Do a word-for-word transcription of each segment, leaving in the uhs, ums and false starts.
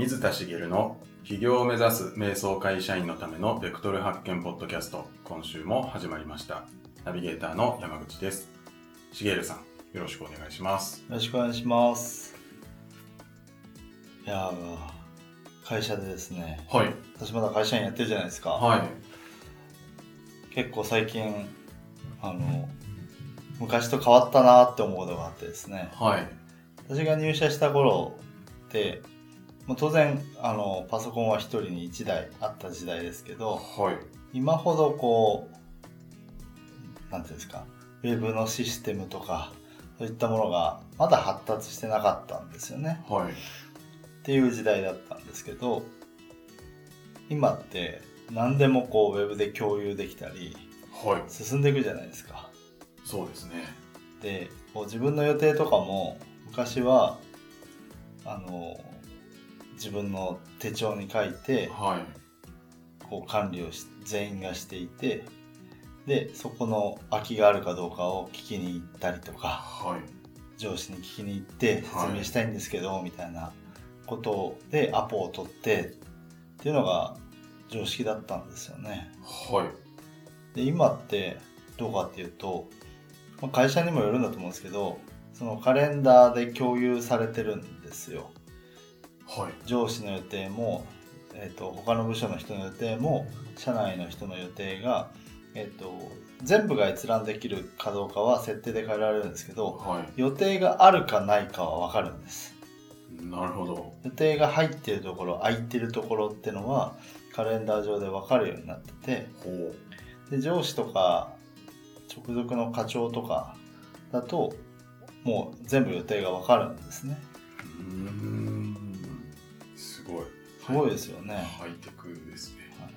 水田茂の起業を目指す瞑想会社員のためのベクトル発見ポッドキャスト、今週も始まりました。ナビゲーターの山口です。茂さん、よろしくお願いします。 よろしくお願いします。いやー、会社でですね、 はい、 私まだ会社員やってるじゃないですか。 はい、 結構最近あの昔と変わったなって思うことがあってですね、 はい、 私が入社した頃ってもう当然あのパソコンは一人に一台あった時代ですけど、 はい、 今ほどこうなんていうんですか、ウェブのシステムとかそういったものがまだ発達してなかったんですよね、 はい、 っていう時代だったんですけど、今って何でもこうウェブで共有できたり、 はい、 進んでいくじゃないですか。 そうですね。 で、こう自分の予定とかも昔はあの自分の手帳に書いて、 はい、 こう管理をし全員がしていて、でそこの空きがあるかどうかを聞きに行ったりとか、 はい、 上司に聞きに行って説明したいんですけど、はい、みたいなことでアポを取ってっていうのが常識だったんですよね。 はい。 で、今ってどうかっていうと、会社にもよるんだと思うんですけど、そのカレンダーで共有されてるんですよ。 はい。 上司の予定も、えーと、他の部署の人の予定も、社内の人の予定が、えーと、全部が閲覧できるかどうかは設定で変えられるんですけど、 はい、 予定があるかないかは分かるんです。 なるほど。 予定が入っているところ、空いているところっていうのはカレンダー上で分かるようになってて、 ほうで上司とか直属の課長とかだともう全部予定が分かるんですね。 うーん、すごい。 すごいですよね。 ハイテクですね。 はい、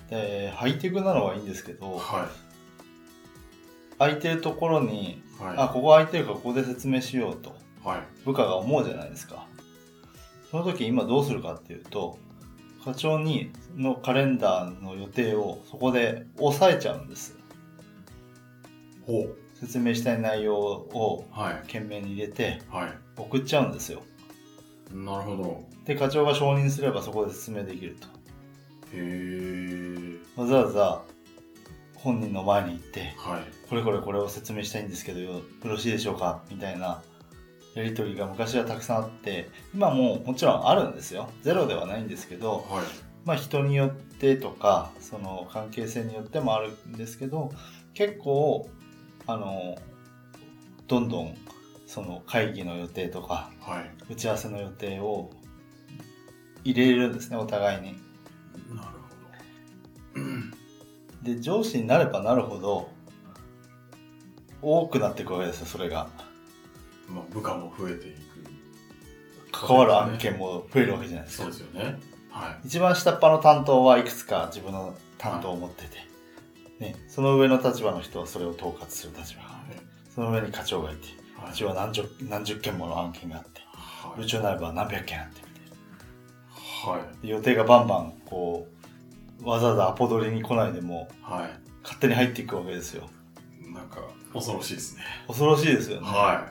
でハイテクなのはいいんですけど、 はい、 空いてるところに、 はい、 あ、ここ空いてるからここで説明しようと、 はい、 部下が思うじゃないですか。その時今どうするかっていうと、課長にのカレンダーの予定をそこで押さえちゃうんです。 ほう。 説明したい内容をはい懸命に入れてはい送っちゃうんですよ。 なるほど。 で、課長が承認すればそこで説明できると。 へー。 わざわざ本人の前に行って、 はい、 これこれこれを説明したいんですけどよ、よろしいでしょうかみたいなやり取りが昔はたくさんあって、今ももちろんあるんですよ。ゼロではないんですけど、 はい、 まあ人によってとかその関係性によってもあるんですけど、結構あのどんどんその会議の予定とか、 はい、 打ち合わせの予定を入れるんですね、お互いに。 なるほど。 で、上司になればなるほど多くなっていくわけですよ、それが。 まあ、部下も増えていく。 関わる案件も増えるわけじゃないですか。 そうですよね。はい。 一番下っ端の担当はいくつか自分の担当を持ってて、はいね、その上の立場の人はそれを統括する立場があって、はい、その上に課長がいて、はい、うちは何十、何十件もの案件があって、はい、部長になれば何百件あってみたいな、はい、で予定がバンバンこうわざわざアポ取りに来ないでも、はい、勝手に入っていくわけですよ。 なんか恐ろしいですね。 恐ろしいですよね。 はい。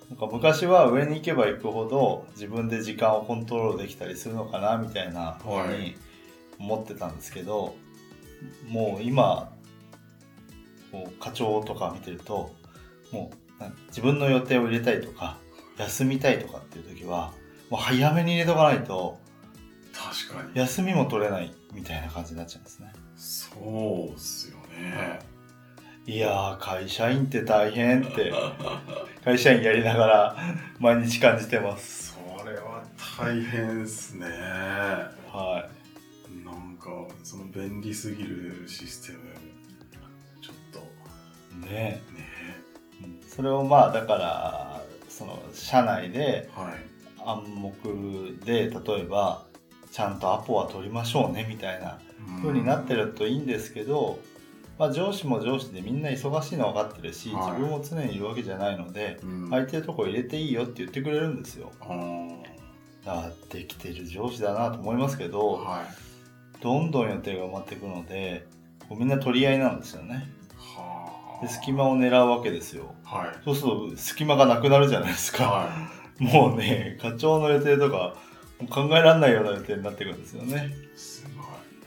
なんか昔は上に行けば行くほど自分で時間をコントロールできたりするのかなみたいなふうに思ってたんですけど、はい、もう今こう課長とか見てると、もう自分の予定を入れたいとか休みたいとかっていう時はもう早めに入れとかないと、 確かに休みも取れないみたいな感じになっちゃうんですね。 そうっすよね。 いやー、会社員って大変って会社員やりながら毎日感じてます。 それは大変ですね。 はい。 なんかその便利すぎるシステムちょっとねえ、 ねえそれをまあだからその社内で暗黙で例えばちゃんとアポは取りましょうねみたいな風になってるといいんですけど、まあ、上司も上司でみんな忙しいの分かってるし、はい、自分も常にいるわけじゃないので、うん、空いてるとこ入れていいよって言ってくれるんですよ。あできてる上司だなと思いますけど、はい、どんどん予定が埋まっていくのでこうみんな取り合いなんですよね。はで隙間を狙うわけですよ。はい、そうすると隙間がなくなるじゃないですか。はい、もうね課長の予定とか考えられないような予定になってくるんですよね。 すごい。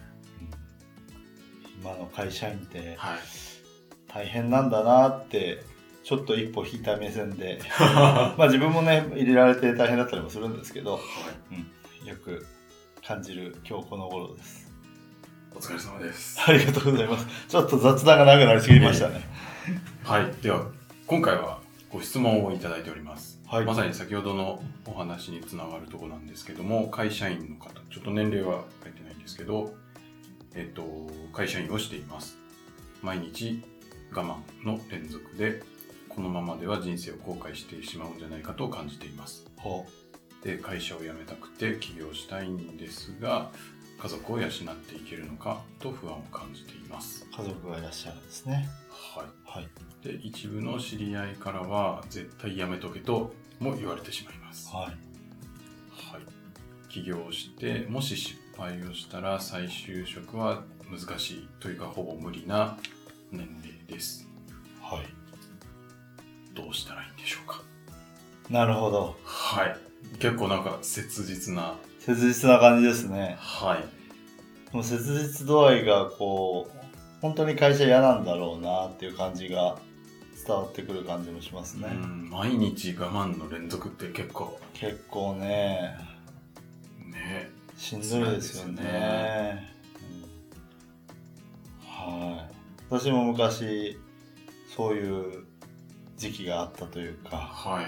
今の会社員ってはい、 大変なんだなってちょっと一歩引いた目線でまあ自分もね入れられて大変だったりもするんですけど、はい、うん、よく感じる今日この頃です。 お疲れ様です。 ありがとうございます。ちょっと雑談が長くなりすぎましたね。 はい、では今回はご質問をいただいております。はい、まさに先ほどのお話につながるところなんですけども、会社員の方、ちょっと年齢は書いてないんですけど、えっと、会社員をしています。毎日我慢の連続で、このままでは人生を後悔してしまうんじゃないかと感じています。はあ、で、会社を辞めたくて起業したいんですが、家族を養っていけるのかと不安を感じています。 家族がいらっしゃるんですね。 はい。はい。で、一部の知り合いからは絶対やめとけとも言われてしまいます。はい。はい。起業してもし失敗をしたら再就職は難しいというかほぼ無理な年齢です。はい。どうしたらいいんでしょうか。 なるほど。 はい。結構なんか切実な。 切実な感じですね。 はい。 もう切実度合いがこう本当に会社嫌なんだろうなっていう感じが伝わってくる感じもしますね。うん、 毎日我慢の連続って結構結構ねねしんどいですよね。ね、うん、はい。私も昔そういう時期があったというか、はい、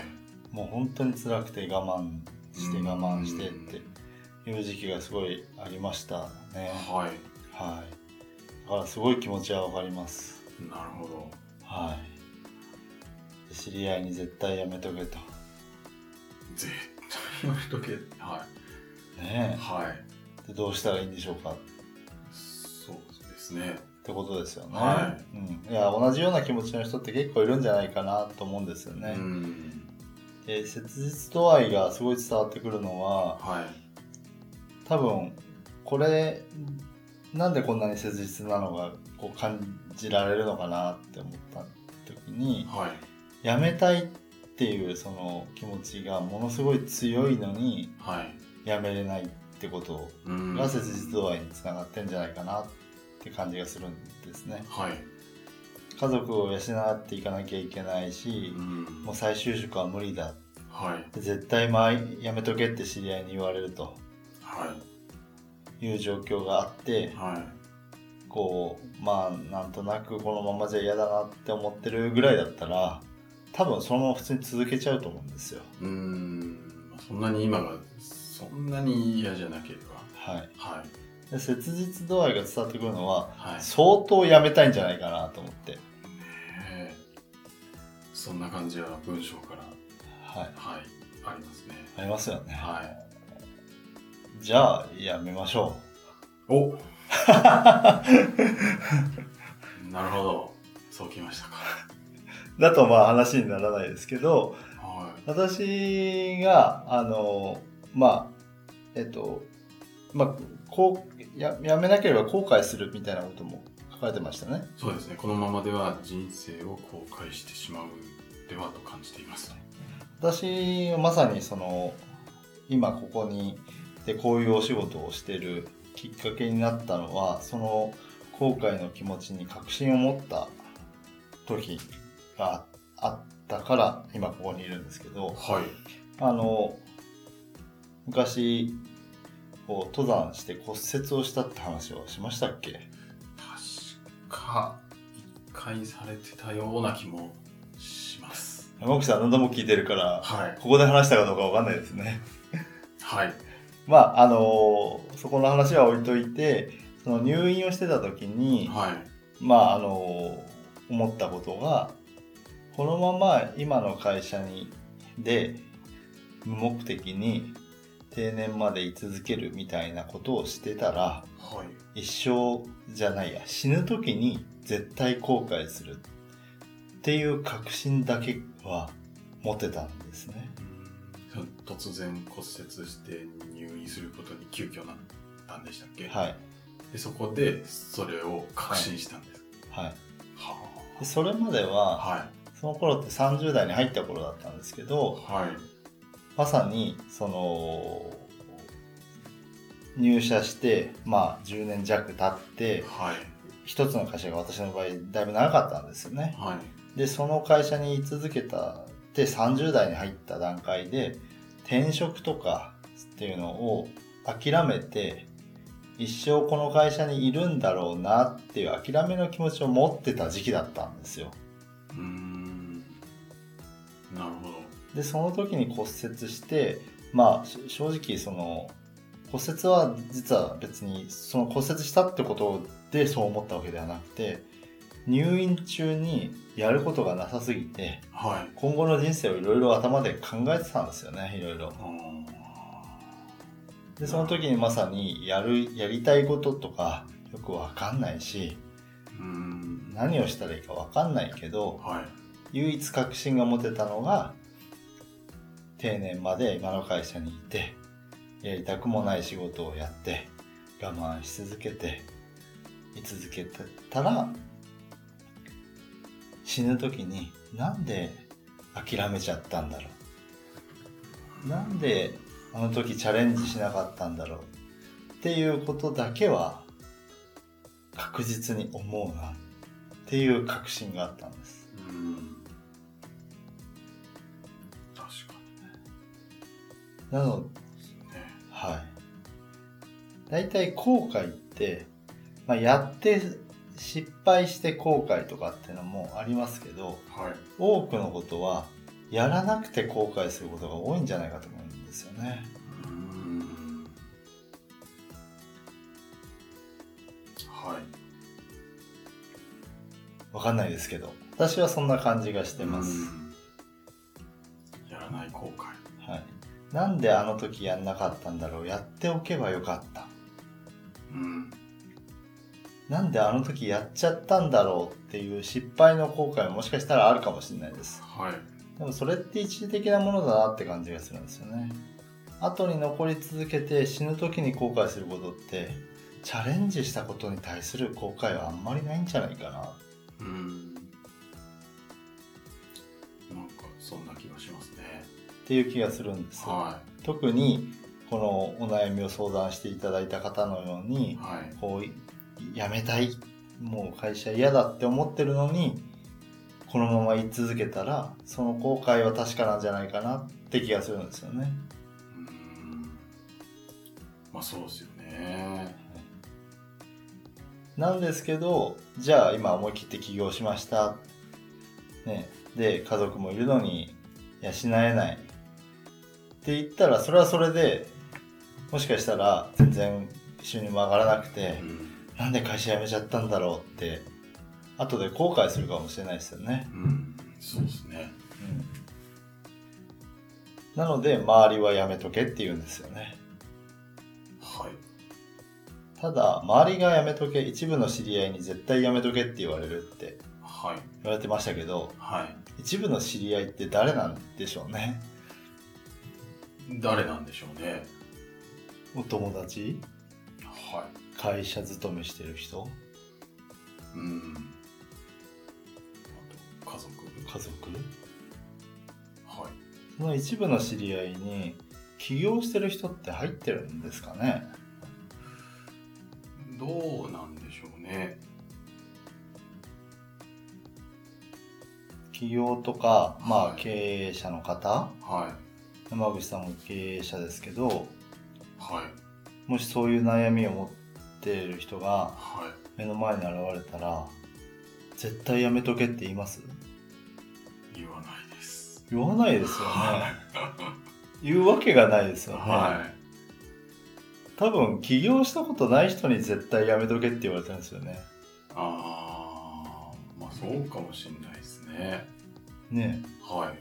もう本当に辛くて我慢して我慢してっていう時期がすごいありましたね。はい、はい。だからすごい気持ちはわかります。 なるほど。 はい。知り合いに絶対やめとけと。 絶対やめとけ。はい。ねえ。はい。 でどうしたらいいんでしょうか。 そうですね。 ってことですよね。はい。うん。いや同じような気持ちの人って結構いるんじゃないかなと思うんですよね。うん。で切実度合いがすごい伝わってくるのは、はい。多分これなんでこんなに切実なのがこう感じられるのかなって思った時に、はい、やめたいっていうその気持ちがものすごい強いのに、はい、やめれないってことが切実度合いにつながってんじゃないかなって感じがするんですね。はい、家族を養っていかなきゃいけないし、もう再就職は無理だ、はい、絶対前やめとけって知り合いに言われると。はいいう状況があって、はい、こうまあなんとなくこのままじゃ嫌だなって思ってるぐらいだったら多分そのまま普通に続けちゃうと思うんですよ。 うーんそんなに今がそんなに嫌じゃなければ、はいはい、で切実度合いが伝わってくるのは、はい、相当やめたいんじゃないかなと思って、ね、 えそんな感じは文章からはい、 はい、ありますね。 ありますよね。 はいじゃあやめましょう。おなるほど。そうきましたか。 だとまあ話にならないですけど、はい、私があのまあえっとまあこう や, やめなければ後悔するみたいなことも書かれてましたね。 そうですね。このままでは人生を後悔してしまうではと感じています。 私はまさにその今ここにでこういうお仕事をしてるきっかけになったのはその後悔の気持ちに確信を持った時があったから今ここにいるんですけど、はい、あの昔こう登山して骨折をしたって話をしましたっけ？ 確か一回されてたような気もします。 山口さん何度も聞いてるから、はい、ここで話したかどうかわかんないですね。 はいまああのそこの話は置いといてその入院をしてた時に、はい、まああの思ったことがこのまま今の会社にで無目的に定年まで居続けるみたいなことをしてたら、はい、一生じゃないや死ぬ時に絶対後悔するっていう確信だけは持てたんですね。 突然骨折して入院することに急遽なったんでしたっけ？ はい。 でそこでそれを確信したんです。 はい。はい、はでそれまでは、はい、その頃ってさんじゅう代に入った頃だったんですけど、はい、まさにその入社してまあじゅうねん弱経って、 はい、 一つの会社が私の場合だいぶ長かったんですよね。 はい、 でその会社に居続けたってさんじゅう代に入った段階で転職とかっていうのを諦めて一生この会社にいるんだろうなっていう諦めの気持ちを持ってた時期だったんですよ。 うーん、なるほど。 でその時に骨折してまあ正直その骨折は実は別にその骨折したってことでそう思ったわけではなくて入院中にやることがなさすぎて、 はい、 今後の人生をいろいろ頭で考えてたんですよね、いろいろ。でその時にまさにやるやりたいこととかよく分かんないし、 うーん、 何をしたらいいか分かんないけど、 はい、 唯一確信が持てたのが定年まで今の会社にいてやりたくもない仕事をやって我慢し続けて居続けてたら死ぬ時になんで諦めちゃったんだろう、なんであの時チャレンジしなかったんだろうっていうことだけは確実に思うなっていう確信があったんです。 うーん、確かなので、 にね。 はい。だいたい後悔って、まあ、やって失敗して後悔とかっていうのもありますけど、 はい、 多くのことはやらなくて後悔することが多いんじゃないかと思うんですよね。 うーん、はい。 わかんないですけど、私はそんな感じがしてます。 やらない後悔。 はい。なんであの時やんなかったんだろう、やっておけばよかった。 うん。 なんであの時やっちゃったんだろうっていう失敗の後悔ももしかしたらあるかもしれないです。 はい。 でもそれって一時的なものだなって感じがするんですよね。後に残り続けて死ぬ時に後悔することってチャレンジしたことに対する後悔はあんまりないんじゃないかな。 うん。なんかそんな気がしますね。 っていう気がするんです。 は特にこのお悩みを相談していただいた方のように、 はい。 こう辞めたい、もう会社嫌だって思ってるのにこのまま居続けたらその後悔は確かなんじゃないかなって気がするんですよね。 うーん。まあそうですよね。 なんですけど、じゃあ今思い切って起業しました、ね、で家族もいるのに養えないって言ったらそれはそれでもしかしたら全然収入も上がらなくて、 うん、 なんで会社辞めちゃったんだろうって後で後悔するかもしれないですよね。 うん、そうですね。 うん、なので周りはやめとけって言うんですよね。 はい。 ただ周りがやめとけ、一部の知り合いに絶対やめとけって言われるって言われてましたけど、 はい。 一部の知り合いって誰なんでしょうね。 誰なんでしょうね。 お友達、 は会社勤めしてる人、 い。うん。あと家族。 家族、 はい。 その一部の知り合いに起業してる人って入ってるんですかね。 どうなんでしょうね。 起業とか、まあ、 はい、 経営者の方、 はい、 山口さんも経営者ですけど、 はい、 もしそういう悩みを持っている人がはい、 目の前に現れたら絶対やめとけって言います？ 言わないです。 言わないですよね。言うわけがないですよね。 はい。 多分起業したことない人に絶対やめとけって言われてるんですよね。 ああ、まあそうかもしれないですね。 ねえ。はい。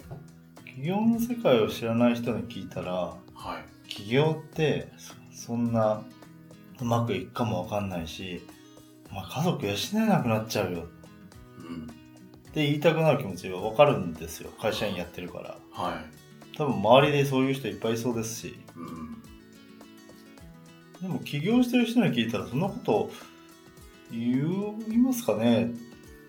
起業の世界を知らない人に聞いたら、 はい。 起業ってそ、そんなうまくいくかもわかんないし、まあ、家族養えなくなっちゃうよ、 うん、 って言いたくなる気持ちはわかるんですよ。会社員やってるから。 はい。 多分周りでそういう人いっぱいいそうですし。 うん。 でも起業してる人に聞いたらそんなこと言いますかね。 ね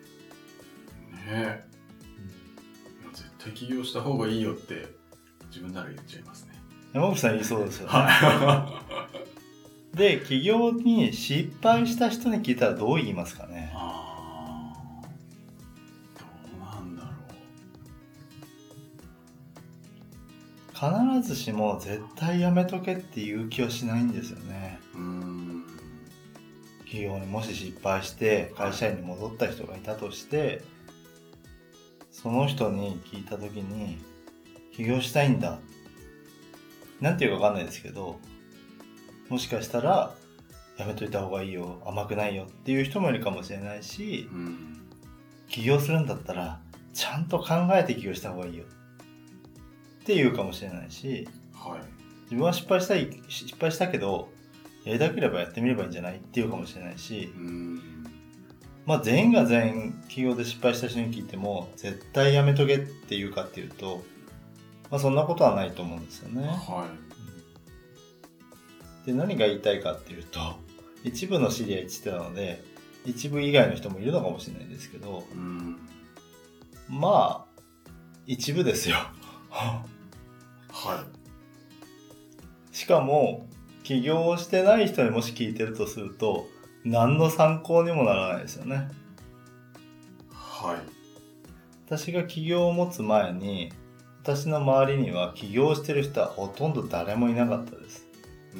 え。絶対起業した方がいいよって自分なら言っちゃいますね。 山口さん言いそうですよね。 はで、起業に失敗した人に聞いたらどう言いますかね。 ああ、どうなんだろう。必ずしも絶対やめとけっていう気はしないんですよね。 う。うーん。 起業にもし失敗して会社員に戻った人がいたとして、その人に聞いた時に起業したいんだなんていうか分かんないですけど、もしかしたらやめといた方がいいよ、甘くないよっていう人もいるかもしれないし、 うん、 起業するんだったらちゃんと考えて起業した方がいいよっていうかもしれないし、 はい、 自分は失敗したい失敗したけどやりたければやってみればいいんじゃないっていうかもしれないし、 うん、 まあ全員が全員起業で失敗した人に聞いても絶対やめとけっていうかっていうと、まあそんなことはないと思うんですよね。 はい、 で、何が言いたいかっていうと、一部の知り合いって言ってたので一部以外の人もいるのかもしれないですけど、 うん、 まあ一部ですよはい。 しかも起業をしてない人にもし聞いてるとすると何の参考にもならないですよね。 はい。 私が起業を持つ前に私の周りには起業してる人はほとんど誰もいなかったです。 うん、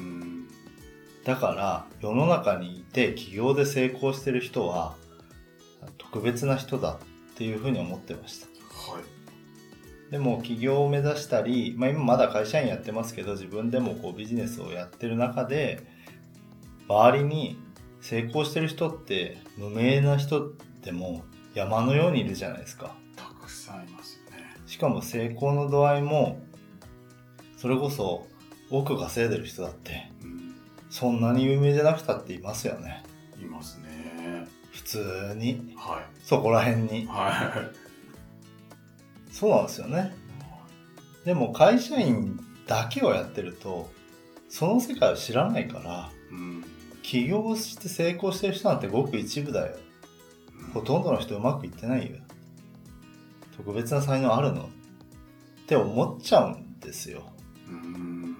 だから世の中にいて起業で成功してる人は特別な人だっていうふうに思ってました。 はい。 でも起業を目指したり、まあ、今まだ会社員やってますけど自分でもこうビジネスをやってる中で周りに成功してる人って無名な人でも山のようにいるじゃないですか。 たくさんいますよね。 しかも成功の度合いもそれこそ多く稼いでる人だって、うん、そんなに有名じゃなくたっていますよね。 いますね。 普通に、 はい、 そこら辺に、 はい、 そうなんですよね。でも会社員だけをやってるとその世界を知らないから、うん、起業して成功してる人なんてごく一部だよ、うん、ほとんどの人うまくいってないよ、特別な才能あるのって思っちゃうんですよ。 うーん、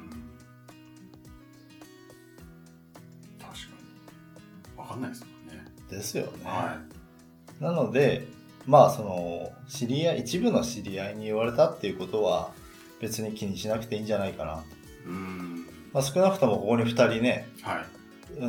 確かに分かんないですもんね。 ですよね、 はい、 なのでまあその知り合い一部の知り合いに言われたっていうことは別に気にしなくていいんじゃないかなと。 うーん、 まあ、少なくともここにふたりね、はい、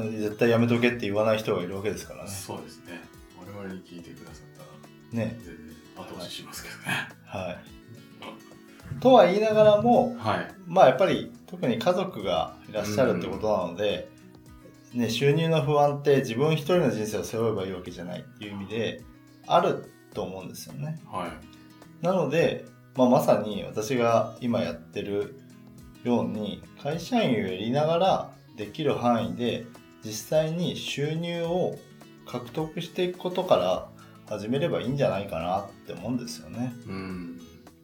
絶対やめとけって言わない人がいるわけですからね。 そうですね。我々に聞いてくださったらね、全然後押ししますけどね。はい。はい、 とは言いながらも、 はい、 まあやっぱり特に家族がいらっしゃるってことなので、ね、収入の不安って自分一人の人生を背負えばいいわけじゃないっていう意味であると思うんですよね。はい、なので、まあ、まさに私が今やってるように会社員をやりながらできる範囲で実際に収入を獲得していくことから始めればいいんじゃないかなって思うんですよね。うん、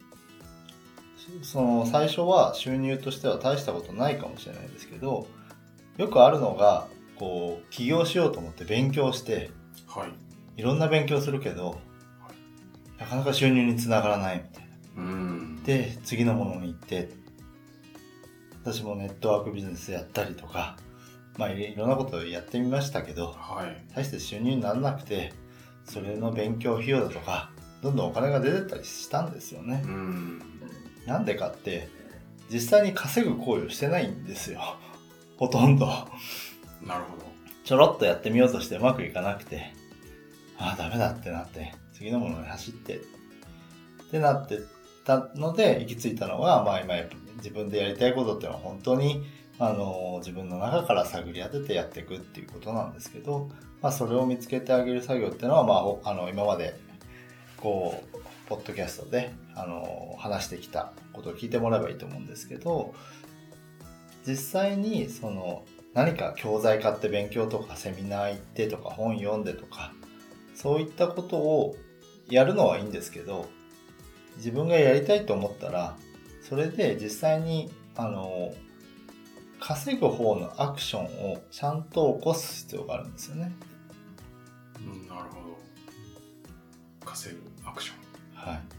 その最初は収入としては大したことないかもしれないですけど、よくあるのがこう起業しようと思って勉強して、はい、いろんな勉強するけど、はい、なかなか収入につながらないみたいな。うん、で次のものに行って、私もネットワークビジネスやったりとか、まあいろんなことをやってみましたけど、はい、大して収入にならなくて、それの勉強費用だとかどんどんお金が出てったりしたんですよね。うん、なんでかって実際に稼ぐ行為をしてないんですよ、ほとんど。なるほど。ちょろっとやってみようとしてうまくいかなくて、ああダメだってなって次のものに走ってってなってたので、行き着いたのは、まあ今自分でやりたいことっていうのは本当にあの自分の中から探り当ててやっていくっていうことなんですけど、まあそれを見つけてあげる作業っていうのは、まああの今までこうポッドキャストであの話してきたことを聞いてもらえばいいと思うんですけど、実際にその何か教材買って勉強とかセミナー行ってとか本読んでとかそういったことをやるのはいいんですけど、自分がやりたいと思ったらそれで実際にあの稼ぐ方のアクションをちゃんと起こす必要があるんですよね。 うん、なるほど。稼ぐアクション。はい。はい。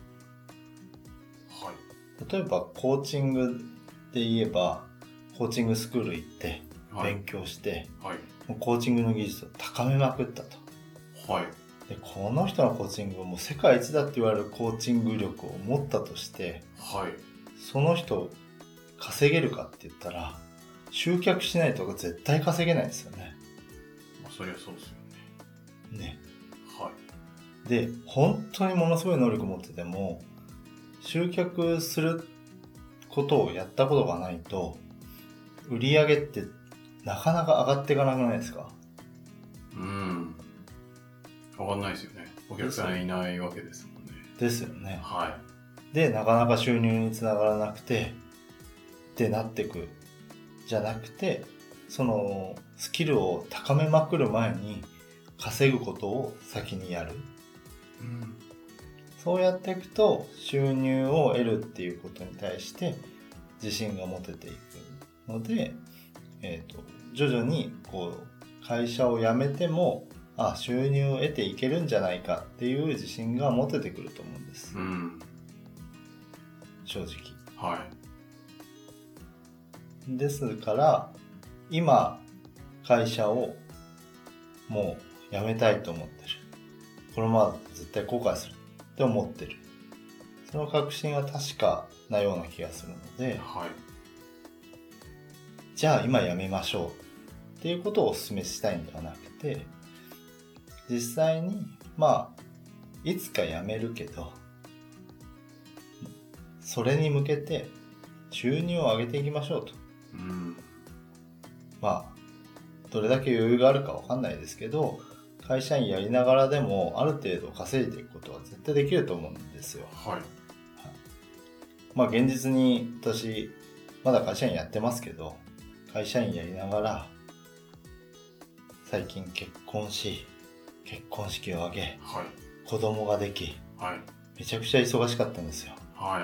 例えばコーチングで言えばコーチングスクール行って勉強して、 はい、 もうコーチングの技術を高めまくったと。 はい、 でこの人のコーチングも世界一だって言われるコーチング力を持ったとして、 はい、 その人稼げるかって言ったら集客しないと絶対稼げないですよね。 まあ、そりゃそうですよね。 ね。 はい。 で本当にものすごい能力持ってても集客することをやったことがないと売り上げってなかなか上がっていかなくないですか？ うん。上がんないですよね。お客さんいないわけですもんね。 ですよね。 はい。 でなかなか収入につながらなくてってなってくじゃなくて、そのスキルを高めまくる前に稼ぐことを先にやる、 うん、 そうやっていくと収入を得るっていうことに対して自信が持てていくので、えーと、徐々にこう会社を辞めてもあ収入を得ていけるんじゃないかっていう自信が持ててくると思うんです、 うん、 正直。 はい。 ですから今会社をもう辞めたいと思ってる、このまま絶対後悔するって思ってる、その確信は確かなような気がするので、 はい、 じゃあ今辞めましょうっていうことをお勧めしたいんではなくて、実際にまあいつか辞めるけどそれに向けて収入を上げていきましょうと、 うん、 まあどれだけ余裕があるか分かんないですけど会社員やりながらでもある程度稼いでいくことは絶対できると思うんですよ。 はい。はい、 まあ現実に私まだ会社員やってますけど、会社員やりながら最近結婚し結婚式を挙げ、 はい、 子供ができ、 はい、 めちゃくちゃ忙しかったんですよ。 はい、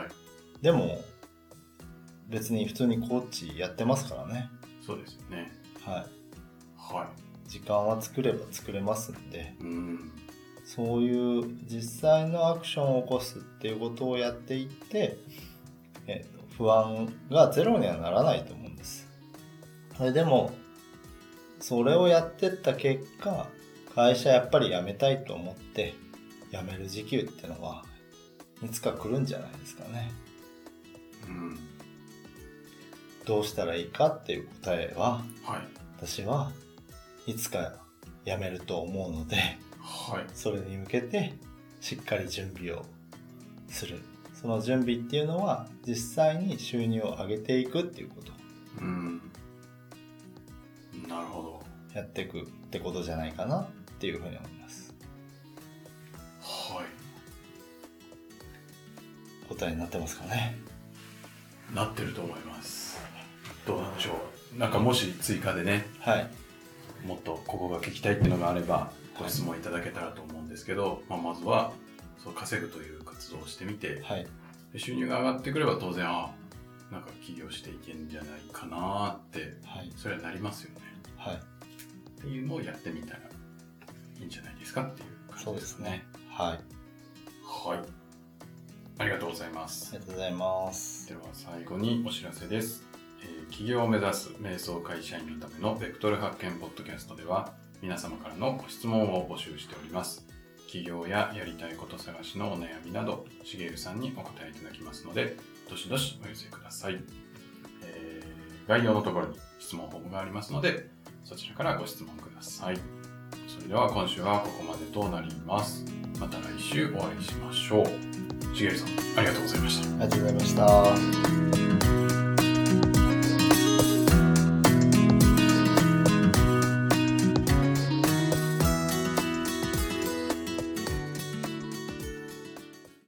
でも別に普通にコーチやってますからね。 そうですよね。 はい、 はい、 時間は作れば作れますんで、 うん、 そういう実際のアクションを起こすっていうことをやっていって、えーと、不安がゼロにはならないと思うんです。それでもそれをやってった結果、会社やっぱり辞めたいと思って辞める時期っていうのはいつか来るんじゃないですかね。 うん、 どうしたらいいかっていう答えは、 はい、 私はいつか辞めると思うので、 はい、 それに向けてしっかり準備をする。その準備っていうのは実際に収入を上げていくっていうこと、 うん、なるほど、 やっていくってことじゃないかなっていうふうに思います。 はい。 答えになってますかね。 なってると思います。どうなんでしょう。なんかもし追加でね、 はい、 もっとここが聞きたいっていうのがあればご質問いただけたらと思うんですけど、まあ、まずはそう稼ぐという活動をしてみて、 はい、 で収入が上がってくれば当然あなんか起業していけるんじゃないかなって、はい、それはなりますよね、はい、っていうのをやってみたらいいんじゃないですかっていう感じですね。そうですね。はい、はい、ありがとうございます。 ありがとうございます。 では最後にお知らせです。えー、起業を目指す瞑想会社員のためのベクトル発見ポッドキャストでは皆様からのご質問を募集しております。起業ややりたいこと探しのお悩みなどしげるさんにお答えいただきますのでどしどしお寄せください。えー、概要のところに質問フォームがありますのでそちらからご質問ください。それでは今週はここまでとなります。また来週お会いしましょう。しげるさんありがとうございました。 ありがとうございました。